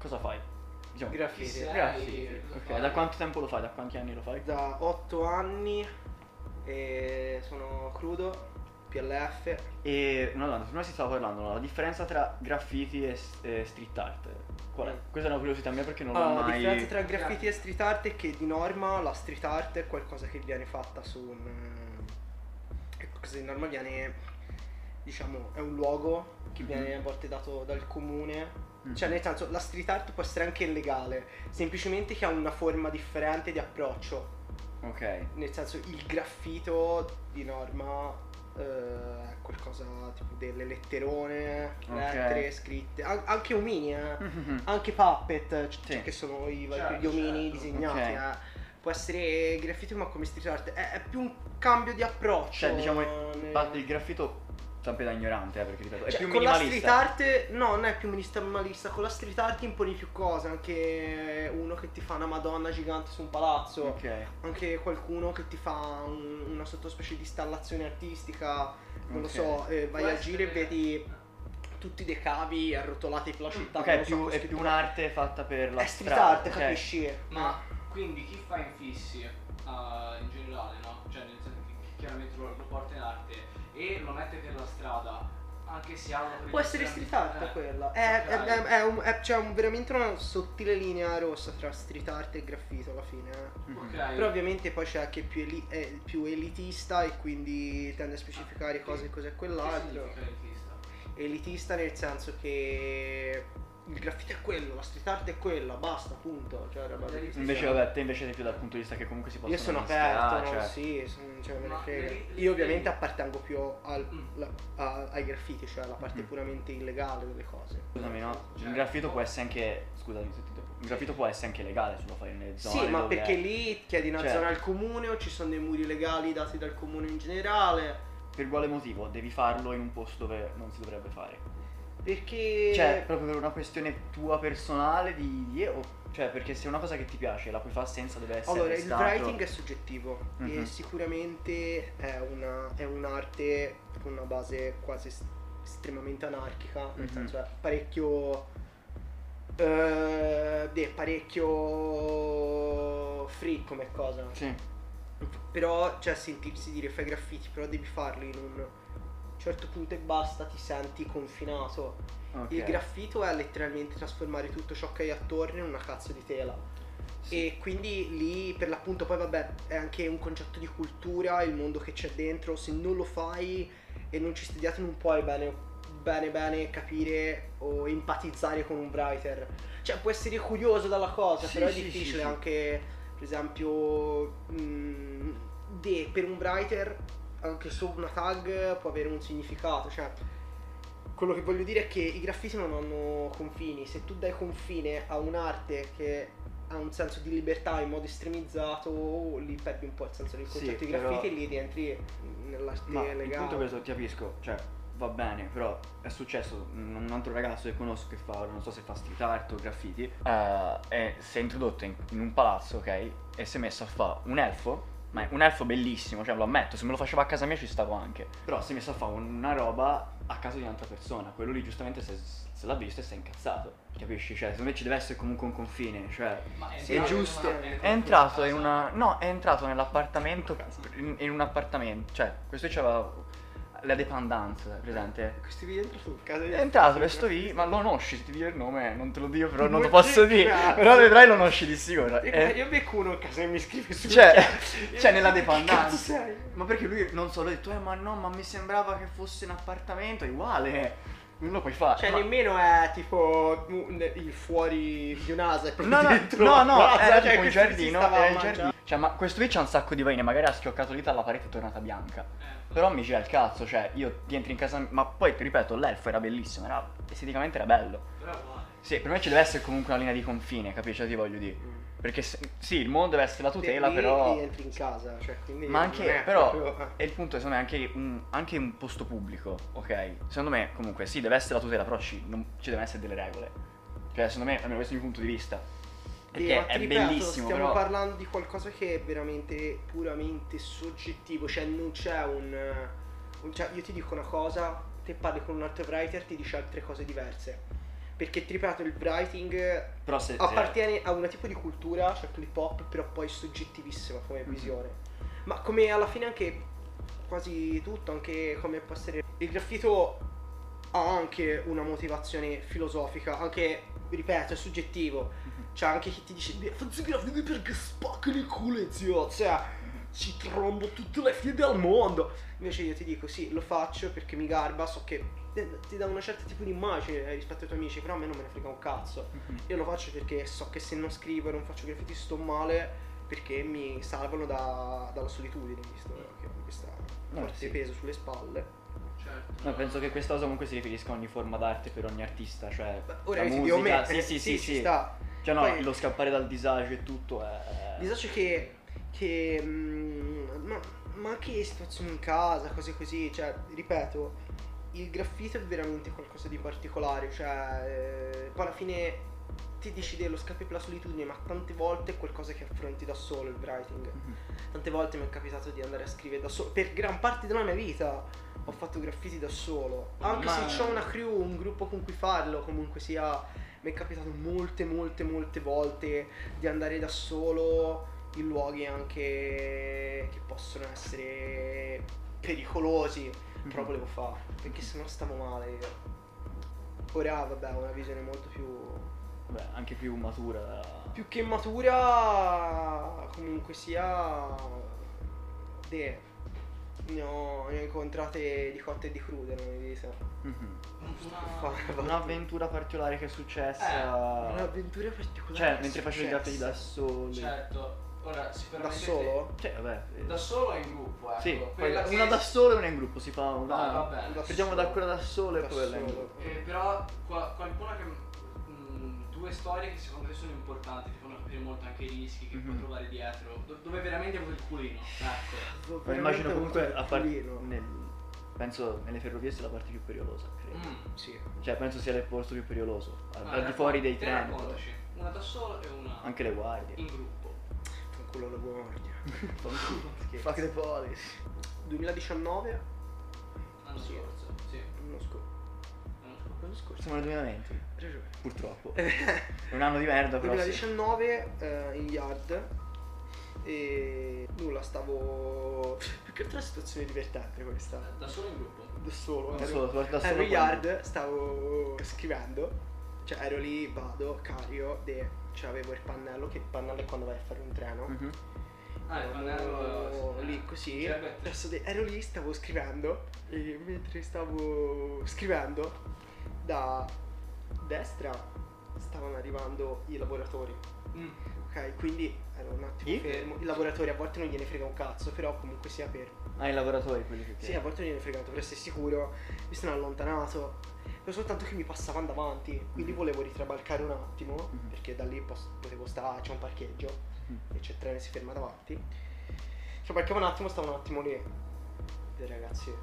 cosa fai? Diciamo, Graffiti. graffiti. Ok, da quanto tempo lo fai? Da quanti anni lo fai? Da 8 anni e sono crudo, PLF. E no, prima si stava parlando, no, la differenza tra graffiti e street art. Qual è? Questa è una curiosità mia perché non l'ho Allora, la mai. differenza tra graffiti e street art è che di norma la street art è qualcosa che viene fatta su un... è qualcosa di norma viene, diciamo, è un luogo che viene a volte dato dal comune. Cioè nel senso, la street art può essere anche illegale, semplicemente che ha una forma differente di approccio. Ok. Nel senso, il graffito di norma è qualcosa tipo delle letterone, Ok. lettere scritte, anche omini, Mhm. anche puppet, cioè Sì. che sono Certo, gli omini certo. disegnati. Ok. Può essere graffito, ma come street art è più un cambio di approccio. Cioè, diciamo, il graffito, sempre da ignorante, perché ripeto, è Cioè, più con la street minimalista. art no, non è più minimalista, con la street art imponi più cose, anche uno che ti fa una madonna gigante su un palazzo, Ok. anche qualcuno che ti fa una sottospecie di installazione artistica, non lo Ok. so, vai Può a essere- giro e vedi tutti dei cavi arrotolati per la città. Ok, non è lo so, più, con è scritto- più un'arte fatta per la è street strada, art, ok. capisci? Ma quindi chi fa infissi in generale, no? Cioè nel senso che chiaramente lo porta in arte e lo mette per la strada, anche se ha una Può essere street art quella. C'è veramente una sottile linea rossa tra street art e graffito alla fine. Ok. Però ovviamente poi c'è anche è più elitista e quindi tende a specificare cose cos'è Che quell'altro. significa elitista? Elitista nel senso che il graffito è quello, la street art è quella, basta, punto. Cioè, roba di questo Invece genere. vabbè, te invece sei più dal punto di vista che comunque si possono Io sono mischiare, aperto, no? cioè. Sì, cioè, me ne Ma frega. le- Io ovviamente appartengo più ai graffiti, cioè alla parte Mhm. puramente illegale delle cose. Scusami, no? Cioè, Il graffito può essere anche. Scusami se ti interrompo. Il graffito può essere anche legale se lo fai nelle zone. Sì, ma dove perché è- lì chiedi una Cioè- zona al comune o ci sono dei muri legali dati dal comune in generale? Per quale motivo devi farlo in un posto dove non si dovrebbe fare? Perché... Cioè, proprio per una questione tua personale cioè, perché se è una cosa che ti piace la puoi fare senza deve essere Allora, il testato. writing è soggettivo e Mhm. sicuramente è un'arte con una base quasi estremamente anarchica, nel Mhm. senso è parecchio parecchio free come cosa. Sì. Però, cioè, sentirsi dire fai graffiti, però devi farli in un certo punto e basta, ti senti confinato. Ok. Il graffito è letteralmente trasformare tutto ciò che hai attorno in una cazzo di tela. Sì. E quindi lì per l'appunto poi vabbè è anche un concetto di cultura, il mondo che c'è dentro, se non lo fai e non ci studiate non puoi bene capire o empatizzare con un writer. Cioè può essere curioso dalla cosa, Sì, però è sì, difficile sì, sì. anche per esempio per un writer anche su una tag può avere un significato, cioè quello che voglio dire è che i graffiti non hanno confini, se tu dai confine a un'arte che ha un senso di libertà in modo estremizzato, lì perdi un po' il senso del Sì, concetto di però- graffiti e lì rientri nell'arte Ma il legale. punto è questo, ti capisco, cioè va bene, però è successo un altro ragazzo che conosco che fa, non so se fa street art o graffiti, e si è introdotto in un palazzo, ok? E si è messo a fare un elfo, ma è un elfo bellissimo, cioè lo ammetto, se me lo facevo a casa mia ci stavo anche. Però si è messo a fare una roba a casa di un'altra persona, quello lì giustamente se l'ha visto e si è incazzato, capisci? Cioè secondo me ci deve essere comunque un confine, cioè. Ma Sì, è giusto. è È entrato in una. No, è entrato nell'appartamento. In un appartamento. Cioè, questo qui c'aveva la dépendance, presente? Questi video dentro su casa di È entrato questo lì, ma lo conosci, se ti dico il nome, non te lo dico, però non Ma lo posso che dire. cazzo? Però vedrai lo conosci di sicuro. Io becco uno a casa e mi scrive su Cioè, nella Che cazzo dépendance. sei? Ma perché lui non so, l'ho detto, ma no, ma mi sembrava che fosse un appartamento, è uguale. Non lo puoi fare. Cioè Ma- nemmeno è tipo il fuori di un'asa è No, no, dentro no, la no, casa, era cioè, tipo un questo si giardino, stava era a il mangiare. giardino. Cioè, ma questo qui c'ha un sacco di veine, magari ha schioccato lì dalla parete è tornata bianca. Però mi gira il cazzo, cioè, io ti entri in casa, ma poi ti ripeto, l'elfo era bellissimo, esteticamente era bello. Però uguale. Sì, per me ci deve essere comunque una linea di confine, capisci? Cioè, ti voglio dire. Perché sì, il mondo deve essere la tutela, Lì però. entri in casa, cioè quindi Ma non anche, è però, proprio- e il punto è secondo me anche un posto pubblico, ok? Secondo me comunque sì, deve essere la tutela, però ci devono essere delle regole. Cioè, secondo me, almeno questo è il mio punto di vista. Perché ma ti è ripeto, bellissimo, stiamo però. parlando di qualcosa che è veramente puramente soggettivo, cioè non c'è cioè io ti dico una cosa, te parli con un altro writer ti dice altre cose diverse. Perché ti ripeto, il writing Però se appartiene a un tipo di cultura, cioè clip hop, però poi soggettivissima come visione. Ma come alla fine anche quasi tutto, anche come può essere il graffito, ha anche una motivazione filosofica, anche, ripeto, è soggettivo. C'è anche chi ti dice faccio graffiti perché spaccano il culo, zio, cioè ci trombo tutte le figlie del mondo. Invece io ti dico sì, lo faccio perché mi garba, so che ti dà una certa tipo di immagine rispetto ai tuoi amici, però a me non me ne frega un cazzo. Io lo faccio perché so che se non scrivo e non faccio graffiti sto male, perché mi salvano dalla solitudine, visto che ho questo forte peso sulle spalle. Certo. No, penso che questa cosa comunque si riferisca a ogni forma d'arte per ogni artista, cioè Ora la io ti devo musica, mettere, sì, ci sta. Cioè no, Poi- lo scappare dal disagio e tutto è... Disagio ma anche situazioni in casa, cose così, cioè, ripeto, il graffito è veramente qualcosa di particolare, cioè, poi alla fine ti decidi lo scappi per la solitudine, ma tante volte è qualcosa che affronti da solo il writing. Tante volte mi è capitato di andare a scrivere da solo, per gran parte della mia vita ho fatto graffiti da solo, anche se ho una crew, un gruppo con cui farlo, comunque sia, mi è capitato molte volte di andare da solo in luoghi anche che possono essere pericolosi, però volevo farlo, perché sennò stavo male io. Ora vabbè, ho una visione molto più... Vabbè, anche più matura. più che matura, comunque sia... ne ho incontrate di cotte e di crude nella mia vita. Un'avventura particolare che è successa... Un'avventura particolare. Cioè, mentre facevi i graffiti da solo. Certo. Ora Da sicuramente solo? Cioè, vabbè. da solo e in gruppo, ecco. Sì, poi Quella che- una da solo e una in gruppo, si fa una... Va bene. Partiamo da quella da solo e Da poi quella in solo. gruppo. Però qualcuna che due storie che secondo me sono importanti, ti fanno capire molto anche i rischi che puoi trovare dietro, dove veramente hai avuto il culino, ecco. Ma immagino comunque a a penso nelle ferrovie sia la parte più pericolosa, credo. Sì. Cioè penso sia il posto più pericoloso. Al di Racconta- fuori dei te treni. raccontaci, una da solo e una Anche le guardie. in gruppo. Fanculo la guardia. Scherzo. Fuck the police. 2019? L'anno Sì. scorso, sì. L'anno scorso. L'anno scorso. Siamo nel 2020, Hai ragione. purtroppo. È un anno di merda, però sì. 2019 in yard e nulla, stavo più che altro una situazione divertente questa. Da solo in gruppo. Da solo, Da ero- solo, da solo ero in poi- yard, stavo scrivendo, cioè ero lì, vado, carico, cioè avevo il pannello, che il pannello è quando vai a fare un treno. Mhm. Ah, il pannello Lì così, Cioè, adesso ero lì, stavo scrivendo e mentre stavo scrivendo da destra stavano arrivando i lavoratori. Ok, quindi ero un attimo I? fermo. I lavoratori a volte non gliene frega un cazzo, però comunque sia fermo. Ah, i lavoratori quelli che... Sì, a volte non gliene frega, per essere sicuro. Mi sono allontanato. Però soltanto che mi passavano davanti. Quindi volevo ritrabalcare un attimo. Mhm. Perché da lì potevo stare, c'è un parcheggio. E c'è il treno che si ferma davanti. Trabalcavo un attimo, stavo un attimo lì. E ragazzi,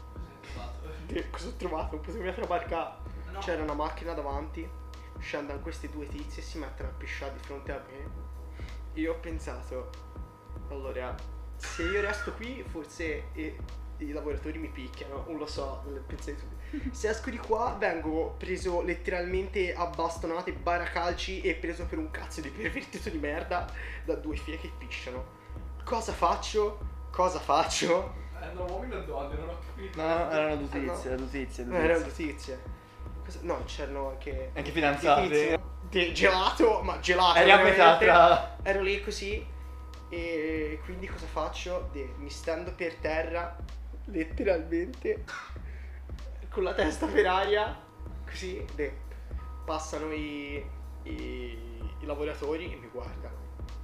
cosa ho trovato? Non potevo mica trabalcare. No. C'era una macchina davanti, scendono questi due tizi e si mettono a pisciare di fronte a me. Io ho pensato, allora, se io resto qui forse i lavoratori mi picchiano, non lo so, pensate tutti. Se esco di qua vengo preso letteralmente a bastonate, baracalci e preso per un cazzo di pervertito di merda da due figlie che pisciano. Cosa faccio? Cosa faccio? No, uomini o donne, non ho capito. No, erano due no. tizie, due tizie. Erano due tizie. No, c'erano anche... Anche fidanzate. dei tizi. Gelato, ma gelato. Eri a metà veramente. tra... Ero lì così e quindi cosa faccio? Mi stendo per terra, letteralmente, con la testa per aria, così, passano i lavoratori e mi guardano.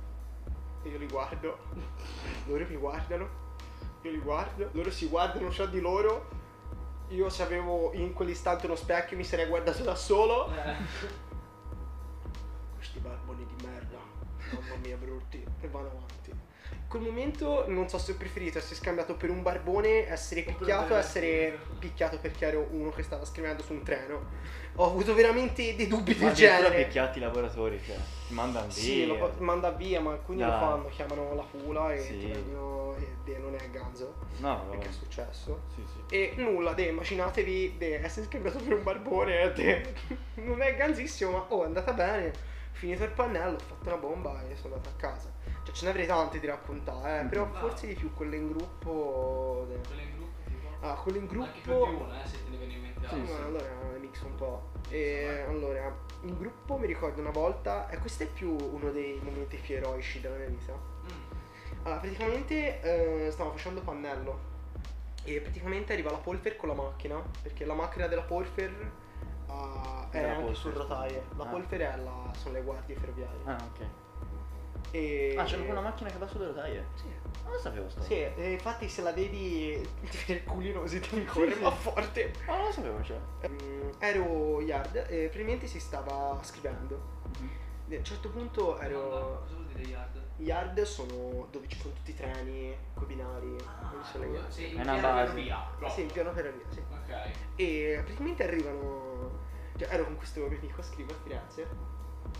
E io li guardo, loro mi guardano, io li guardo, loro si guardano tra di loro. Io se avevo in quell'istante uno specchio mi sarei guardato da solo. Questi barboni di merda. mamma mia brutti, e vanno avanti. In quel momento non so se ho preferito essere scambiato per un barbone, essere picchiato, essere picchiato perché ero uno che stava scrivendo su un treno. Ho avuto veramente dei dubbi del genere. picchiati i lavoratori, cioè, ti mandano via. Sì, manda via, ma alcuni lo Dai. fanno, chiamano la pula e Sì. ti vengono e non è ganzo. No, vabbè. Perché è successo? Sì, sì. E nulla, immaginatevi essere scambiato per un barbone, non è ganzissimo, ma è andata bene. Ho finito il pannello, ho fatto una bomba e sono andato a casa. Cioè ce ne avrei tante di raccontare, però Wow. forse di più quelle in gruppo. Quelle in gruppo tipo? Quelle in Anche più gruppo. di una, se te ne viene in mente Sì, altro. sì. Allora mix un po'. E allora, in gruppo mi ricordo una volta, e questo è più uno dei momenti più eroici della mia vita. Allora, praticamente stavo facendo pannello e praticamente arriva la polver con la macchina, perché la macchina della polver è Della anche polver, su rotaie. La ah. polver sono le guardie ferroviarie. Ah, ok. E Ah, c'è proprio una macchina che va sulle rotaie? Sì. Non lo sapevo sto. Sì, e infatti se la vedi il culino così ti corre, sì. ma forte. Ah, non lo sapevo, cioè. Ero yard e praticamente si stava scrivendo. E a un certo punto ero. Cosa vuol dire yard? Yard sono dove ci sono tutti i treni, coi binari. dove ci sono le yard. Sì, È una in base. via. Sì, in piano ferrovia, sì. Ok. E praticamente arrivano. Cioè, ero con questo mio amico a scrivere a Firenze.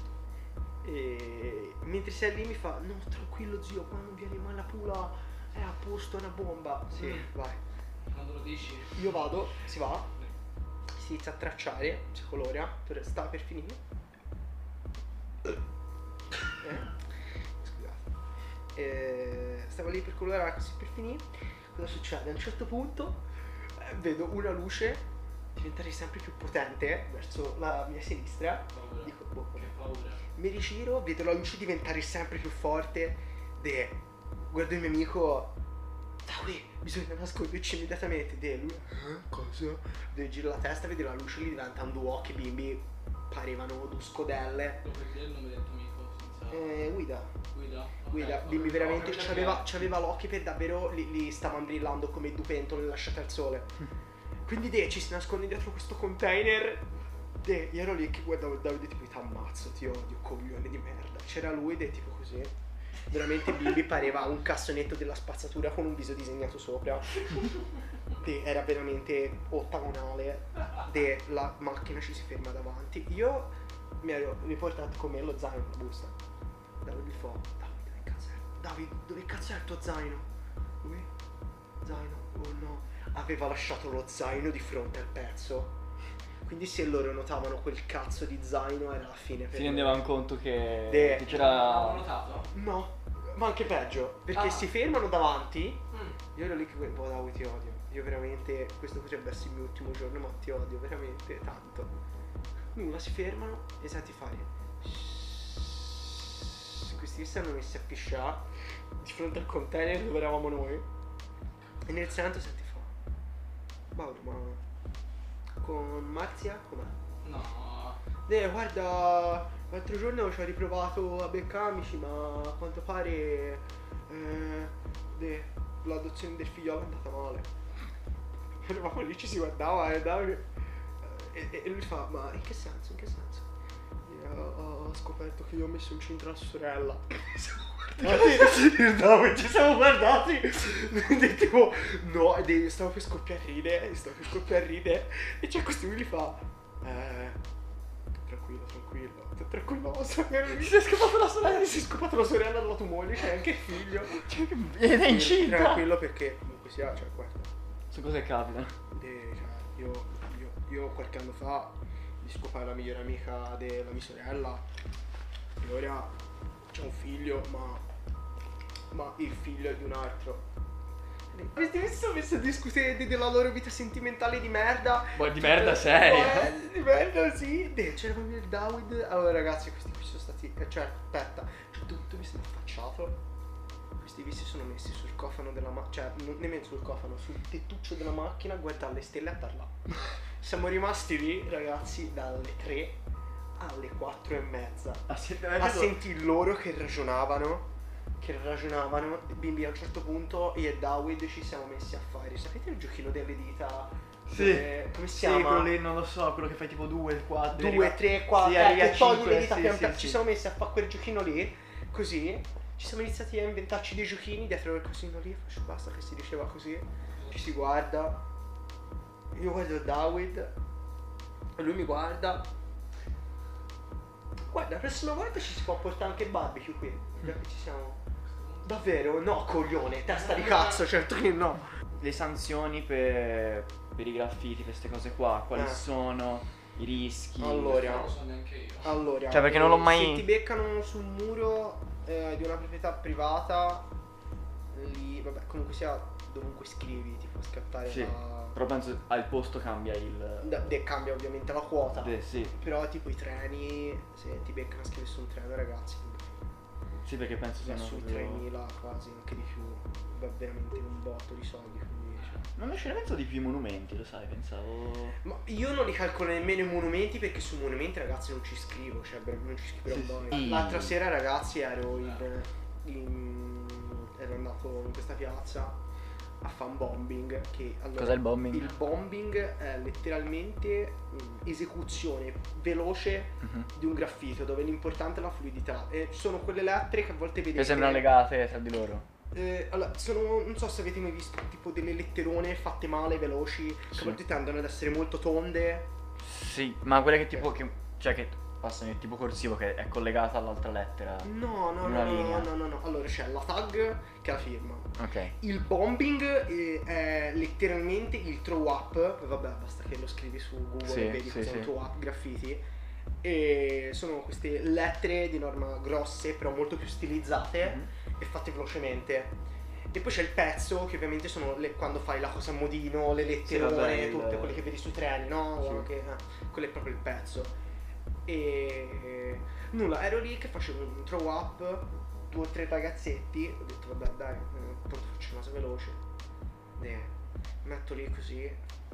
E mentre sei lì mi fa: no, tranquillo zio, qua non viene mai la pula, è a posto, è una bomba. Sì, vai. Quando lo dici? Io vado, si va, si inizia a tracciare, si colorea, sta per finire. Scusate. Stavo lì per colorare così per finire. Cosa succede? A un certo punto vedo una luce diventare sempre più potente verso la mia sinistra. Paura. Dico, boh, Che paura. mi rigiro, vedo la luce diventare sempre più forte. Guardo il mio amico. Tauri, bisogna nasconderci immediatamente. Lui, cosa? Giro la testa, vedi la luce lì, diventano due occhi bimbi. Parevano due scodelle. Lo puoi dire il nome del tuo amico? Senza... Guida. Guida? Ok, Guida, ok, bimbi veramente ok, c'aveva l'occhio per davvero li stavano brillando come due pentole lasciate al sole. Quindi ci si nasconde dietro questo container. Io ero lì che guardavo il Davide tipo ti ammazzo, ti odio, coglione di merda. C'era lui tipo così. Veramente bimbi pareva un cassonetto della spazzatura con un viso disegnato sopra. Era veramente ottagonale. La macchina ci si ferma davanti. Io mi ero riportato con me lo zaino, la busta. Davide fa: Davide, dove cazzo è il tuo zaino? Lui? Zaino? Oh no. Aveva lasciato lo zaino di fronte al pezzo. Quindi se loro notavano quel cazzo di zaino era la fine per Si loro. rendevano conto che De- c'era. L'avevo notato? No, ma anche peggio. Perché Ah. si fermano davanti. Io ero lì che guardavo, Davide, ti odio. Io veramente, questo potrebbe essere il mio ultimo giorno, ma ti odio veramente tanto. Nulla, si fermano e senti fare. Questi si erano messi a pisciare di fronte al container dove eravamo noi. E nel santo senti fa: Mauro, ma con Marzia com'è? No. Guarda, l'altro giorno ci ho riprovato a beccarmici, ma a quanto pare l'adozione del figliolo è andata male. Eravamo lì, ci si guardava e lui fa: ma in che senso? In che senso? Ho scoperto che io ho messo in centro la sorella. Ci siamo guardati tipo no, stavo per scoppiare a ridere e c'è questo lui li fa tranquillo si è scappato la sorella della tua moglie, c'è anche il figlio Ed è incinta! tranquillo perché comunque sia, cioè guarda, Su cose capitano. cioè, io qualche anno fa di scopare la migliore amica della mia sorella e ora c'è un figlio, ma il figlio è di un altro. Questi si sono messi a discutere della loro vita sentimentale di merda. Boh, di merda sei. Di merda, sì. C'era il David. Allora ragazzi, questi qui sono stati. Cioè, aspetta, a un certo punto mi sono affacciato. Questi qui si sono messi sul cofano della macchina. Cioè, non nemmeno sul cofano, sul tettuccio della macchina a guardare le stelle e a parlare. Siamo rimasti lì, ragazzi, dalle 3 alle 4 e mezza. A sentire loro che ragionavano. Bimbi, a un certo punto io e Dawid ci siamo messi a fare, sapete il giochino delle dita? Sì. Come si Sì, chiama? quello lì non lo so, quello che fai tipo 2, 4. 2, 3, 4, sì, arrivi a che togli 5, le dita sì, pian sì, piano. sì. Ci siamo messi a fare quel giochino lì così. Ci siamo iniziati a inventarci dei giochini dietro il cosino lì, faccio basta che si diceva così. Ci si guarda, io guardo David e lui mi guarda. Guarda, la prossima volta ci si può portare anche il barbecue qui, già che ci siamo. Davvero? No, coglione, testa di cazzo, certo che no. Le sanzioni per i graffiti, per queste cose qua, quali sono i rischi? Allora, Non lo so neanche io. allora, Cioè, perché non l'ho mai- se ti beccano sul muro di una proprietà privata, lì, vabbè, comunque sia dovunque scrivi ti può scattare Sì, la... però penso al posto cambia il... Cambia ovviamente la quota. Sì. Però tipo i treni, se ti beccano a scrivere su un treno, ragazzi, Sì, perché penso già siano sui proprio... 3.000 quasi, anche di più, va veramente un botto di soldi, quindi, cioè. Non ce ne penso di più i monumenti, lo sai, pensavo... Ma io non li calcolo nemmeno i monumenti, perché sui monumenti, ragazzi, non ci scrivo, cioè non ci scriverò Sì, mai. sì. L'altra sera, ragazzi, ero andato in questa piazza a fare un bombing, che allora, Cos'è il bombing? il bombing è letteralmente esecuzione veloce Mhm. di un graffito, dove l'importante è la fluidità, e sono quelle lettere che a volte vedete Che sembrano legate tra di loro. allora, non so se avete mai visto tipo delle letterone fatte male, veloci, che Sì. a volte tendono ad essere molto tonde. Sì, ma quelle che tipo... cioè che passano il tipo corsivo che è collegata all'altra lettera. No, In una linea. no. Allora c'è la tag che è la firma. Ok. Il bombing è letteralmente il throw up. Vabbè, basta che lo scrivi su Google Sì, e vedi sì, cos'è sì. un throw up graffiti. E sono queste lettere di norma grosse, però molto più stilizzate Mhm. e fatte velocemente. E poi c'è il pezzo, che ovviamente sono quando fai la cosa a modino, le letterone, vabbè, tutte quelle che vedi sui treni, no? Sì. Quello è proprio il pezzo. E nulla, ero lì che facevo un throw up, 2 o 3 ragazzetti, ho detto vabbè dai, tanto faccio una cosa veloce. Metto lì così,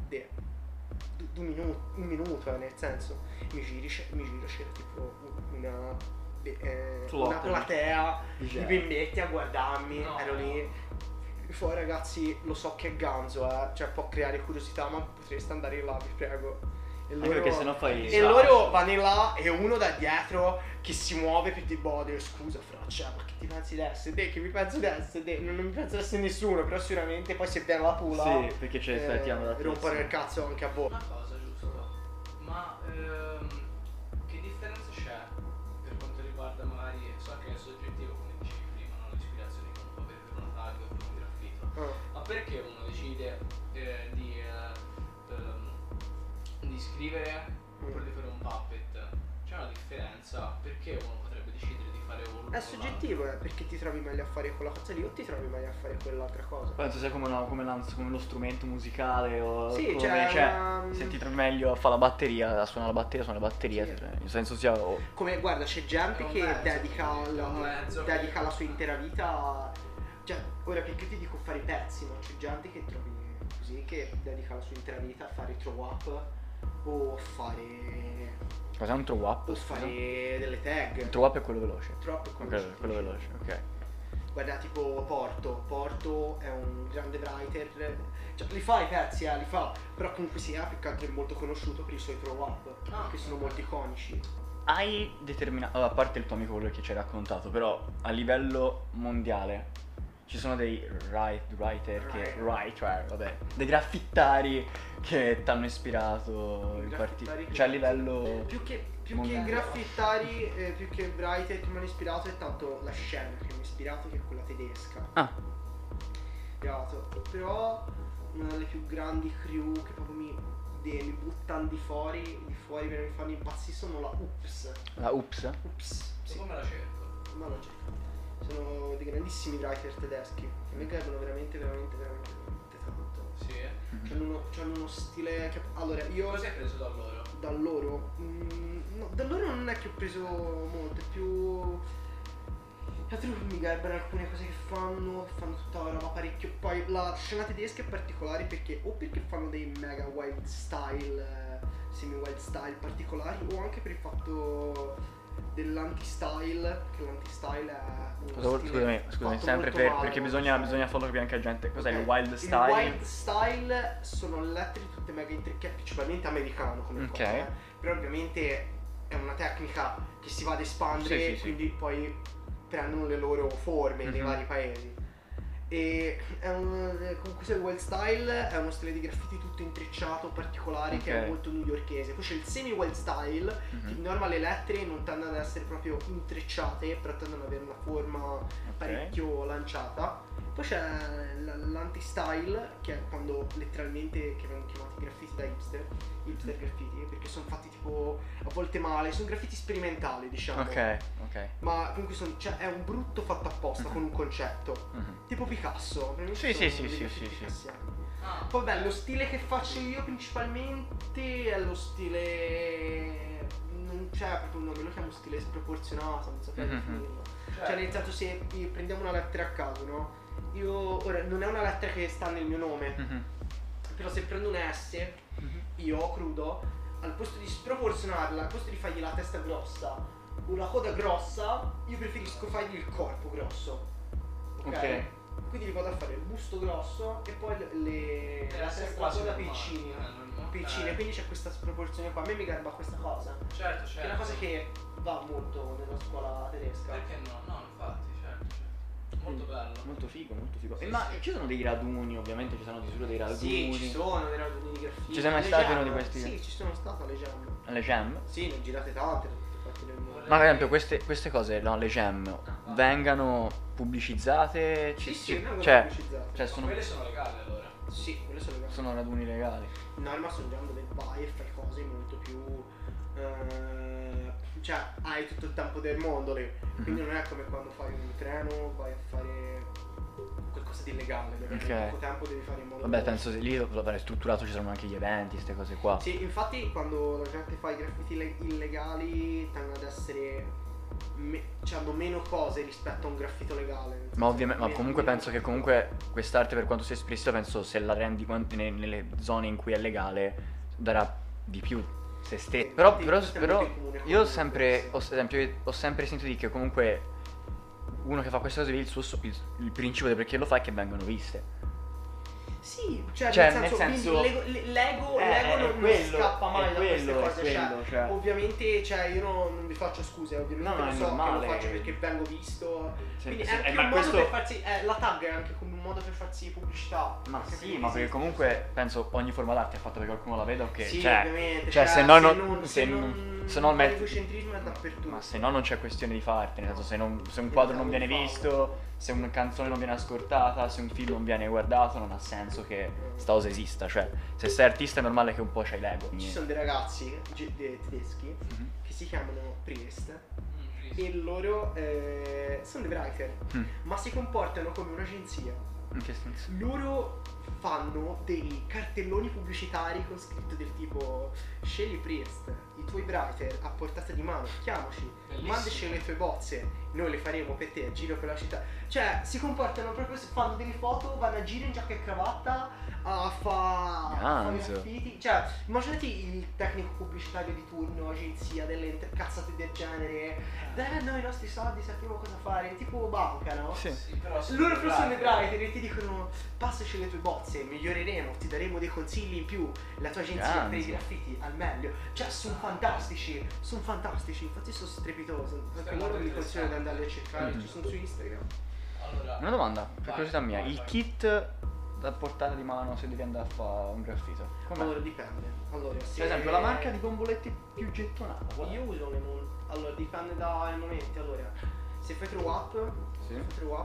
un minuto, nel senso, mi giro, c'era tipo una platea di bimbetti a guardarmi, No. ero lì. Poi ragazzi, lo so che è ganzo, cioè può creare curiosità, ma potreste andare là, vi prego. E Anche perché sennò fai... e loro vanno là e uno da dietro che si muove per dire boh, scusa fra, cioè, ma che ti pensi d'essere? Che mi penso d'essere? Non mi penso d'essere nessuno, però sicuramente poi se viene la pula Sì, perché c'è stai tirando da rompere il cazzo anche a voi. Una cosa giusto, ma che differenza c'è per quanto riguarda magari, so che è soggettivo come dicevi prima, no? L'ispirazione che uno può avere per una tag o per un graffito, ma perché uno decide di scrivere oppure di fare un puppet? C'è una differenza? Perché uno potrebbe decidere di fare uno? È soggettivo, perché ti trovi meglio a fare quella cosa lì o ti trovi meglio a fare quell'altra cosa. Penso sia come lo strumento musicale o Sì, come, cioè, se ti trovi meglio a fare la batteria, a suonare la batteria, suona la batteria, Sì. cioè, nel senso sia... Come guarda, c'è gente È un che mezzo, dedica, quindi, è un mezzo che- dedica la sua intera vita cioè, ora che ti dico fare i pezzi, ma c'è gente che trovi così che dedica la sua intera vita a fare i throw up o a fare Cos'è un throw up? o scusa? fare delle tag. Il throw up è quello veloce. Throw up è quello Ok, veloce. quello veloce, ok. Guarda, tipo Porto è un grande writer, cioè li fa i pezzi, li fa, però comunque sia, più che altro è molto conosciuto per i suoi throw up, che sono molto iconici. Hai determinato, allora, a parte il tuo amico quello che ci hai raccontato, però a livello mondiale ci sono dei dei graffittari che ti hanno ispirato in Graffitari che- cioè a livello più che mondiale. graffitari, più che writer che mi hanno ispirato è tanto la scena che mi ha ispirato, che è quella tedesca. Ah, Però una delle più grandi crew che proprio mi buttano di fuori che mi fanno impazzire sono la Ups. la Ups? Ups, sì, Come la cerco? ma non c'è. Sono dei grandissimi writer tedeschi che mi garbano veramente tanto. Sì. C'hanno uno stile che... Allora, io... Cosa hai preso da loro? Da loro? No, da loro non è che ho preso molto, è più... Altro mi garbano alcune cose che fanno tutta la roba parecchio. Poi la scena tedesca è particolare perché fanno dei mega wild style, semi wild style particolari, o anche per il fatto dell'anti-style, che l'anti-style è uno stile Scusami, fatto sempre molto perché male, bisogna molto farlo capire anche a gente. Cos'è Ok. il wild style? Il wild style sono lettere tutte mega intricate, principalmente americano come Ok. cosa, però ovviamente è una tecnica che si va ad espandere, Sì, sì, sì. quindi poi prendono le loro forme nei Mhm. vari paesi. E con questo wild style è uno stile di graffiti tutto intrecciato, particolare, che è Ok. molto newyorkese. Poi c'è il semi wild style, che di Mhm. norma le lettere non tendono ad essere proprio intrecciate, però tendono ad avere una forma parecchio lanciata. Poi c'è l'anti-style, che è quando letteralmente che vengono chiamati graffiti da hipster graffiti, perché sono fatti tipo a volte male, sono graffiti sperimentali, diciamo. Ok, ok. Ma comunque cioè, è un brutto fatto apposta, con un concetto. Mhm. Tipo Picasso. per me Sì, sono sì, dei sì, graffiti sì, sì. picassiani. Ah, Poi vabbè, lo stile che faccio io principalmente è lo stile... non c'è proprio un nome, lo chiamo stile sproporzionato, non saprei Mhm. definirlo. certo. Cioè nel senso, se prendiamo una lettera a caso, no? Io, ora, non è una lettera che sta nel mio nome, Mhm. però se prendo un S, Mhm. io crudo, al posto di sproporzionarla, al posto di fargli la testa grossa o la coda grossa, io preferisco fargli il corpo grosso. Ok. Quindi gli vado a fare il busto grosso e poi la essere testa quasi coda normale, piccini. normale. Piccine, quindi c'è questa sproporzione qua. A me mi garba questa cosa. Certo, Che certo. è una cosa che va molto nella scuola tedesca. Perché no? No, infatti, certo. Molto bello. Molto figo, molto figo. Sì, Ma sì. ci sono dei raduni, ovviamente ci sono di sicuro dei raduni. Sì, ci sono dei raduni di graffiti. Ci sei mai Le stato jam, uno di questi? Sì, ci sono stato alle jam. Le jam? Sì, ne ho girate tante, da tutte le parti del mondo. Ma per esempio queste cose, no, le jam, vengano pubblicizzate? Sì, vengono cioè, pubblicizzate. cioè Ma sono, quelle sono legali allora. Sì, quelle sono le sono raduni legali. norma sono jam dove vai e fai cose molto più cioè hai tutto il tempo del mondo lì, quindi Mhm. non è come quando fai un treno, vai a fare qualcosa di illegale, dove Ok. hai poco tempo devi fare in modo Vabbè, veloce. penso che lì vabbè, strutturato ci saranno anche gli eventi, queste cose qua. Sì, infatti quando la gente fa i graffiti illegali tendono ad essere cioè hanno meno cose rispetto a un graffito legale. nel Ma senso, ovviamente, ma meno- comunque meno penso che cose. comunque quest'arte, per quanto sia esplicita, penso se la rendi nelle zone in cui è legale darà di più se stesso. Però, Infatti, però, questo è però molto in comune con io ho il sempre, questo. ho, ad esempio, ho sempre sentito dire che comunque uno che fa queste cose lì, il principio del perché lo fa è che vengono viste. Sì, cioè, Cioè, nel nel senso, senso- l'ego è non quello, scappa mai è da queste quello, è cose. quello, cioè. Ovviamente, cioè, io non vi faccio scuse, ovviamente No, no, lo è so normale. che lo faccio perché vengo visto. Quindi sì, è anche ma un modo questo- per farsi. La tag è anche come un modo per farsi pubblicità. Ma Perché sì, ma perché comunque penso ogni forma d'arte è fatta perché qualcuno la veda o che sì, cioè, ovviamente. cioè, se no non se no l'egocentrismo è dappertutto. ma se no non c'è questione di farti, nel senso se un quadro non viene visto, se una canzone non viene ascoltata, se un film non viene guardato, non ha senso che sta cosa esista, cioè se sei artista è normale che un po' c'hai l'ego. Ci sono dei ragazzi tedeschi Mhm. che si chiamano Priest Sì. e loro sono dei writer, Mm. ma si comportano come un'agenzia. In che senso? Loro fanno dei cartelloni pubblicitari con scritto del tipo: scegli Priest, i tuoi writer a portata di mano, chiamaci, Bellissimo. mandaci le tue bozze, noi le faremo per te a giro per la città. Cioè si comportano proprio, fanno delle foto, vanno a giro in giacca e cravatta a fare Ganzo. graffiti. Cioè immaginati il tecnico pubblicitario di turno, agenzia, delle cazzate del genere. Dai, noi i nostri soldi sappiamo cosa fare, tipo banca, no? Sì. Sì, però Loro però sono dei writer e ti dicono: passaci le tue bozze, miglioreremo, ti daremo dei consigli in più, la tua agenzia per i Ganzo. graffiti al meglio. Cioè sono fantastici, infatti sono strepitosi. Anche È loro molto vi consiglio di andarli a cercare, Mhm. ci sono su Instagram. Allora, Una domanda, per vai, curiosità mia, vai, il vai. kit da portata di mano se devi andare a fare un graffito. Com'è? Allora dipende. Allora, se Per esempio la marca di bombolette più gettonata. qual è? io uso le allora dipende dai momenti. Allora, se fai throw up, Sì.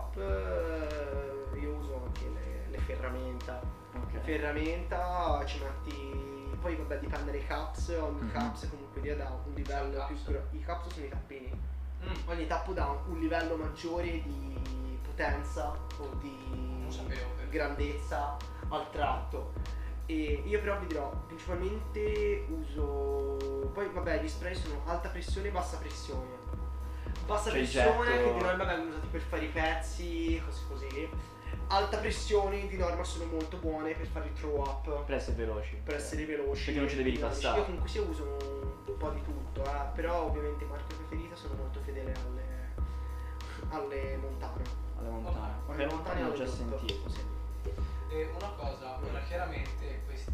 io uso anche le ferramenta. Ok. Ferramenta ci metti, poi vabbè dipende dai caps, ogni Mhm. caps comunque dia da un livello C'è un più caps? grosso. I caps sono i tappini, Mm, ogni tappo dà un livello maggiore di potenza o di Non sapevo perché. grandezza al tratto. E io però vi dirò, principalmente uso, poi vabbè gli spray sono alta pressione e bassa pressione. Bassa Cioè il pressione getto- che di norma vengono usati per fare i pezzi, cose così. Alta pressione di norma sono molto buone per fare i throw up, Per essere veloci. per essere veloci. Perché non ci devi dinamici. ripassare. Io comunque sia uso un po' di tutto, però ovviamente marca preferita sono molto fedele alle Montane. Alle montane. Ok, Alle le montane l'ho già tutto. sentito. Sì. E una cosa, ora chiaramente questi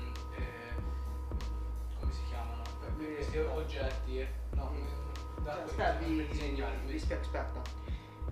come si chiamano? Questi oggetti, no, Aspetta, per disegnare, aspetta.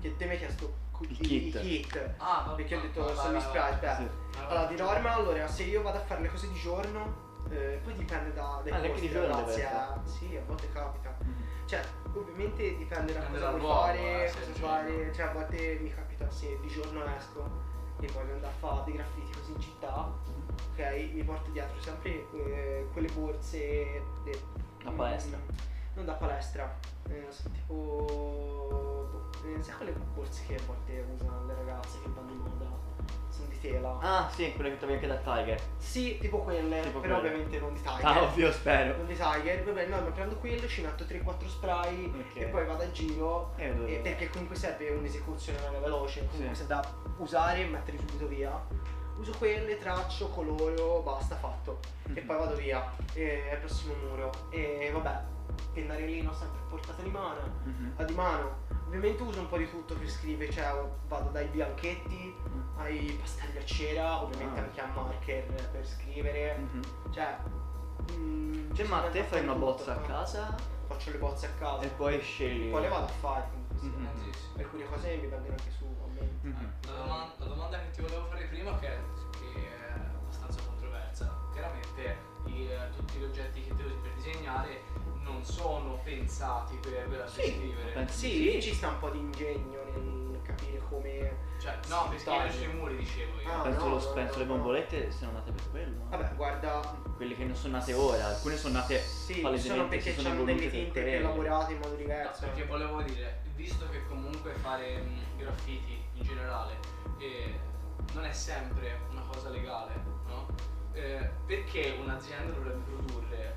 che te mi hai chiesto Il i kit. kit. Ah, vabbè, Perché ho detto vai, sono gli vai, spray. vai. Beh, Sì. allora di norma, allora se io vado a fare le cose di giorno, poi dipende dai neanche costi, di giorno ragazzi. deve fare. Sì, a volte capita. Mhm. Cioè, ovviamente dipende da Dipende cosa dal vuoi luogo, fare, se cosa è fare. Cioè, a volte mi capita se di giorno esco e voglio andare a fare dei graffiti così in città, ok? Mi porto dietro sempre quelle borse Da palestra. non da palestra, sono tipo. Sai quelle borse che a volte usano le ragazze che vanno in moda? Sono di tela. Ah, sì, quelle che trovi anche da Tiger. Sì, tipo quelle, Tipo però quelle. ovviamente non di Tiger. Ah, ovvio, spero. Non di Tiger, vabbè, no, ma prendo quello, ci metto 3-4 spray Ok. e poi vado a giro. Dove- Perché comunque serve un'esecuzione mega veloce, comunque Sì. se da usare e mettere subito via. Uso quelle, traccio, coloro, basta, fatto. E poi vado via. Al prossimo muro. E vabbè, pennarellino sempre a portata di mano. Di mano. Ovviamente uso un po' di tutto per scrivere, cioè vado dai bianchetti ai pastelli a cera, ovviamente Ah. anche a marker per scrivere. Cioè. Cioè, ma te fai una bozza a casa? casa Faccio le bozze a casa. e poi scegli. Poi le vado a fare comunque sì. Mhm. Alcune cose mi vengono anche su a me. Mhm. La domanda che ti volevo fare prima, che è abbastanza controversa, chiaramente tutti gli oggetti che devi per disegnare non sono pensati per scrivere. penso Sì, di ci sta un po' di ingegno nel capire come. Cioè, no, per scrittare. scrivere sui muri dicevo io. Ah, Penso, no, penso le no. bombolette siano nate per quello. Vabbè, guarda. Quelle che non sono nate ora, alcune sono nate Sì, palesemente, sono perché si sono hanno delle evolute per tinte quello. elaborate in modo No, diverso. perché volevo dire, visto che comunque fare graffiti in generale non è sempre una cosa legale, no? Perché un'azienda dovrebbe produrre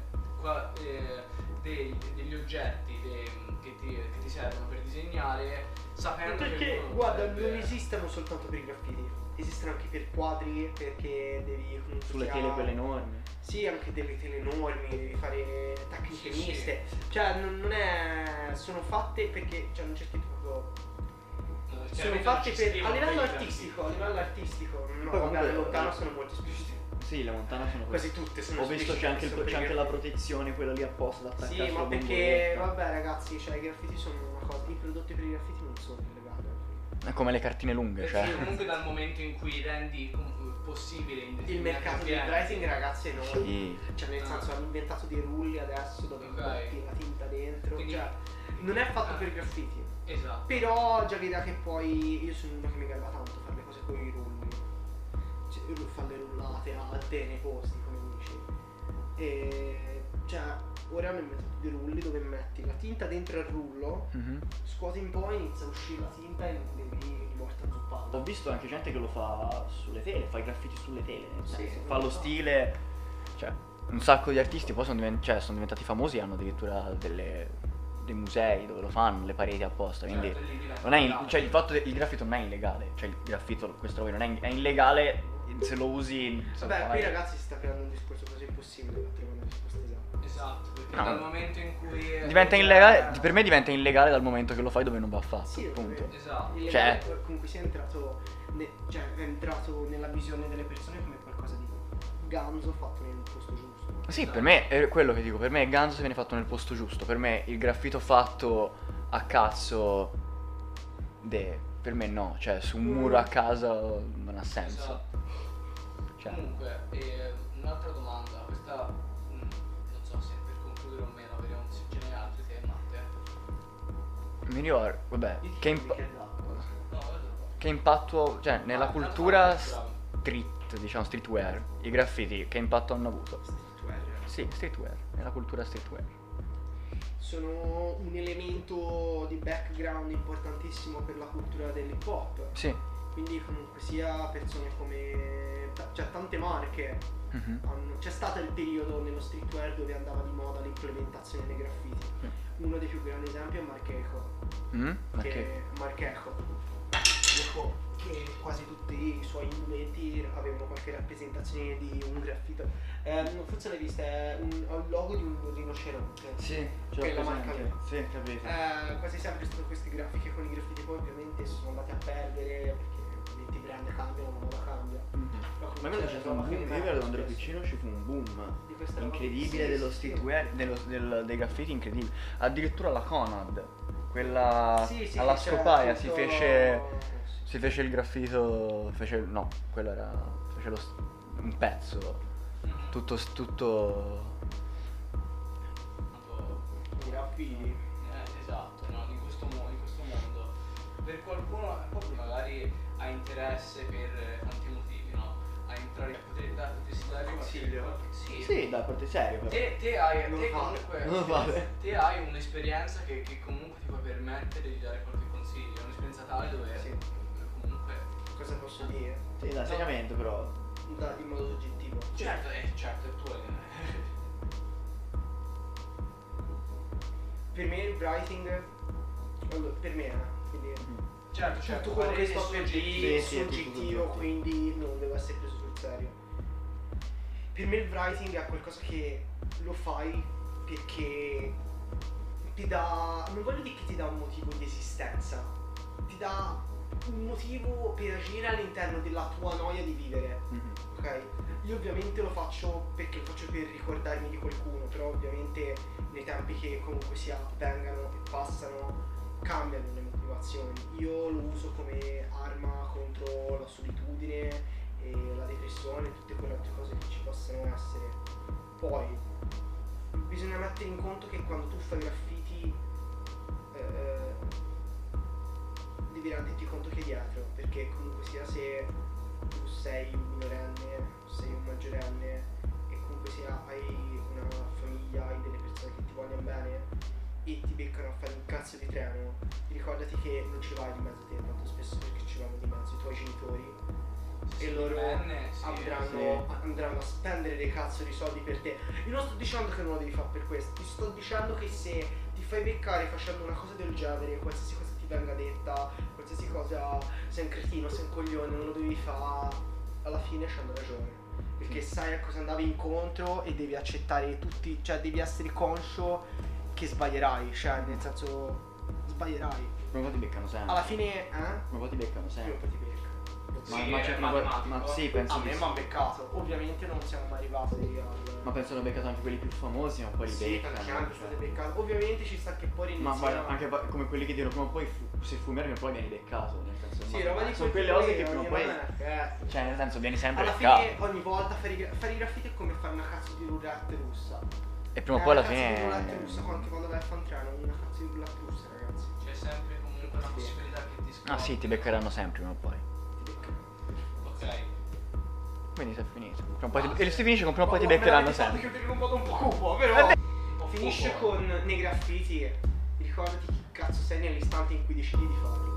degli oggetti che ti servono per disegnare sapendo che Perché uno guarda, potrebbe- non esistono soltanto per i graffiti, esistono anche per quadri, perché devi comunque Sulle sia- tele quelle enormi. Sì, anche delle tele enormi, devi fare tecniche Sì, sì. miste. Cioè, non è. Sono fatte perché. Cioè, non c'è scritto proprio. Sono chiaramente fatte non ci per. A scrivono livello per i artistico, a livello artistico. No, Poi vabbè, comunque- lontano sono molto esplicite. Sì, le montane sono Quasi tutte sono Ho visto c'è anche, c'è anche la protezione, quella lì apposta da attaccare Sì, sulla ma perché, bomboletta. vabbè ragazzi, cioè i graffiti sono una cosa. I prodotti per i graffiti non sono illegali. È come le cartine lunghe, Perché cioè. comunque dal momento in cui rendi possibile in Il determinati mercato del ambienti- writing, ragazzi, è enorme. Sì. Cioè, nel senso, hanno inventato dei rulli adesso dove Ok. metti la tinta dentro. Quindi- Cioè, non è fatto per i graffiti. Esatto. Però già l'idea che poi io sono uno che mi garba tanto fare le cose con i rulli. Cioè, io fare le rullate alte nei posti, come dici. E cioè, ora hanno inventato dei rulli dove metti la tinta dentro il rullo, Mhm. scuoti un po', inizia a uscire la tinta e devi riportare zupparla. Ho visto anche gente che lo fa sulle tele, fa i graffiti sulle tele, nel Sì, senso, sì, fa lo lo so. stile, cioè un sacco di artisti poi sono, sono diventati famosi e hanno addirittura dei musei dove lo fanno, le pareti apposta, quindi Certo, lì diventa non è illegale. cioè il fatto del graffito non è illegale, cioè il graffito, questo non è illegale se lo usi. Vabbè, qui ragazzi si sta creando un discorso così impossibile per trovare una risposta esatta. Esatto, perché No. dal momento in cui Diventa illegale, per me diventa illegale dal momento che lo fai dove non va fatto, Sì, punto. ovviamente. Esatto. Illegale, comunque sia entrato, cioè è entrato nella visione delle persone come qualcosa di ganzo fatto nel posto giusto. Sì, per me è quello che dico, per me il ganzo se viene fatto nel posto giusto, per me il graffito fatto a cazzo, per me no, cioè su un muro a casa non ha senso. Esatto. Cioè, Comunque, un'altra domanda, questa non so se per concludere o meno, vediamo se ce n'è altre te, Matte. mi ricordo, vabbè, che, No, guarda qua. che impatto, cioè nella Ah, cultura bravo. street, diciamo streetwear, i graffiti, che impatto hanno avuto? Streetwear. Sì, streetwear, nella cultura streetwear. Sono un elemento di background importantissimo per la cultura dell'hip hop. Sì. Quindi comunque sia persone come. Cioè tante marche. Mhm. C'è stato il periodo nello streetwear dove andava di moda l'implementazione dei graffiti. Uno dei più grandi esempi è Marc Eco. Ma che? Che Marc Eco, che quasi tutti i suoi indumenti avevano qualche rappresentazione di un graffito. Forse l'hai vista, è ha il logo di un rinoceronte. Sì, ce Quella l'ho marca presente. lì. Sì, capito. Quasi sempre stato queste grafiche con i graffiti, poi ovviamente sono andati a perdere perché ovviamente i brand cambiano, la moda cambia. Però Ma comunque quando c'è c'è stato un roba che boom, io merita ricordo quando ero spesso. piccino ci fu un boom Di questa roba. incredibile Sì, dello sì, streetwear, dei graffiti incredibili. Addirittura la Conad, quella Sì, sì, alla che c'era Scopaia tutto- si fece il graffito, no, quello era, fece un pezzo, Mhm. tutto Un po'. I graffiti. Esatto, no? In questo mondo. Per qualcuno magari ha interesse per tanti motivi, no? A entrare, potresti dare Consiglio? Sì. dai, parte serio però. Te hai, Non te lo fate. comunque, Non lo fate. te hai un'esperienza che comunque ti può permettere di dare qualche consiglio, un'esperienza tale dove Sì. comunque. Cosa posso dire? Sì, dai, seriamente però. In modo soggettivo. Certo, è tuo. Per me il writing, allora, per me, quindi Certo, tutto quello che sto per dire è Sì, sì, è tutto soggettivo, soggettivo. quindi non deve essere preso sul serio. Per me il writing è qualcosa che lo fai perché ti dà, non voglio dire che ti dà un motivo di esistenza, ti dà un motivo per agire all'interno della tua noia di vivere, ok? Io ovviamente lo faccio perché lo faccio per ricordarmi di qualcuno, però ovviamente nei tempi che comunque sia vengano e passano cambiano le motivazioni. Io lo uso come arma contro la solitudine e la depressione e tutte quelle altre cose che ci possono essere. Poi bisogna mettere in conto che quando tu fai graffiti devi renderti conto che è dietro, perché comunque sia se tu sei un minorenne, sei un maggiorenne e comunque sia hai una famiglia, hai delle persone che ti vogliono bene e ti beccano a fare un cazzo di treno, ricordati che non ci vai di mezzo te tanto spesso, perché ci vanno di mezzo i tuoi genitori e loro andranno a spendere dei cazzo di soldi per te. Io non sto dicendo che non lo devi fare per questo, ti sto dicendo che se ti fai beccare facendo una cosa del genere, qualsiasi cosa ti venga detta, qualsiasi cosa, sei un cretino, sei un coglione, non lo devi fare, alla fine c'hanno ragione, perché sai a cosa andavi incontro e devi accettare tutti, cioè devi essere conscio che sbaglierai, cioè nel senso sbaglierai. Prima o poi ti beccano sempre. Alla fine, Prima o poi ti beccano prima o sempre. poi ti becca. Sì, Ma c'è è proprio- matematico. ma sì, penso A di me sì. mi hanno beccato, ovviamente non siamo mai arrivati al... Ma penso hanno beccato anche quelli più famosi, ma poi li Sì, beccano. tanti anni cioè. state beccando. Ovviamente ci sta che poi Ma iniziano... guarda, anche come quelli che dicono prima o poi se fumi prima o poi vieni beccato, nel senso. Sì, ma roba di sono quel quelle tipo cose lì, che prima o ogni poi. volta, Cioè, nel senso, vieni sempre alla beccato. fine ogni volta fare i graffiti è come fare una cazzo di roulette russa. E prima o poi alla Una cazzo di fine. roulette russa, anche quando vai a fare un treno, una cazzo di roulette russa, ragazzi. C'è sempre comunque una possibilità che ti scopri. Ah sì, ti beccheranno sempre prima o poi. Ti beccano. Ok. Quindi si è finito. Prima o poi Ah, e si finisce con prima o poi ti Me beccheranno l'avete fatto sempre. chiudere in un modo un po' cupo, però... Un po' Finisce fuoco, con nei graffiti, ricordati chi cazzo sei nell'istante in cui decidi di farlo.